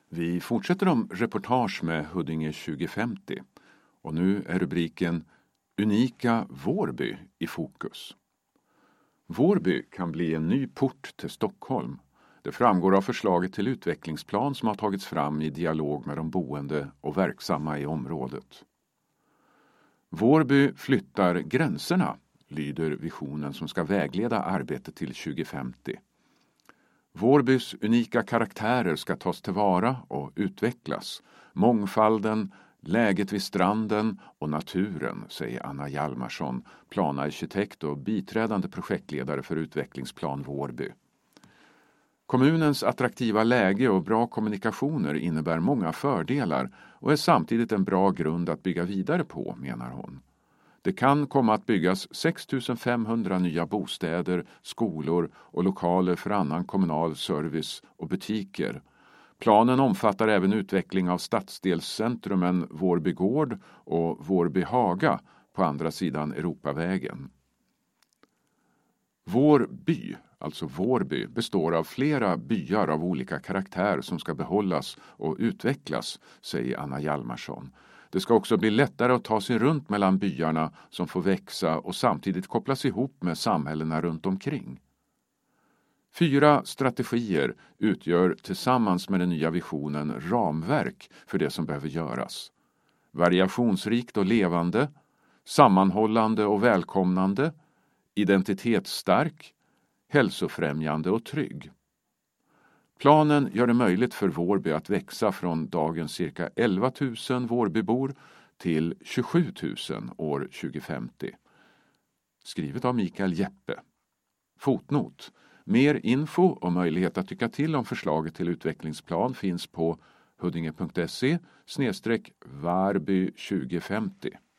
Vi fortsätter om reportage med Huddinge 2050 och nu är rubriken Unika Vårby i fokus. Vårby kan bli en ny port till Stockholm. Det framgår av förslaget till utvecklingsplan som har tagits fram i dialog med de boende och verksamma i området. Vårby flyttar gränserna, lyder visionen som ska vägleda arbetet till 2050. Vårbys unika karaktärer ska tas tillvara och utvecklas. Mångfalden, läget vid stranden och naturen, säger Anna Hjalmarsson, planarkitekt och biträdande projektledare för utvecklingsplan Vårby. Kommunens attraktiva läge och bra kommunikationer innebär många fördelar och är samtidigt en bra grund att bygga vidare på, menar hon. Det kan komma att byggas 6 500 nya bostäder, skolor och lokaler för annan kommunal service och butiker. Planen omfattar även utveckling av stadsdelscentrumen Vårby gård och Vårby Haga på andra sidan Europavägen. Vår by, alltså Vårby, består av flera byar av olika karaktär som ska behållas och utvecklas, säger Anna Hjalmarsson. Det ska också bli lättare att ta sig runt mellan byarna som får växa och samtidigt kopplas ihop med samhällena runt omkring. 4 strategier utgör tillsammans med den nya visionen ramverk för det som behöver göras. Variationsrikt och levande, sammanhållande och välkomnande, identitetsstark, hälsofrämjande och trygg. Planen gör det möjligt för Vårby att växa från dagens cirka 11 000 Vårbybor till 27 000 år 2050. Skrivet av Mikael Jeppe. Fotnot. Mer info och möjlighet att tycka till om förslaget till utvecklingsplan finns på huddinge.se/Varby 2050.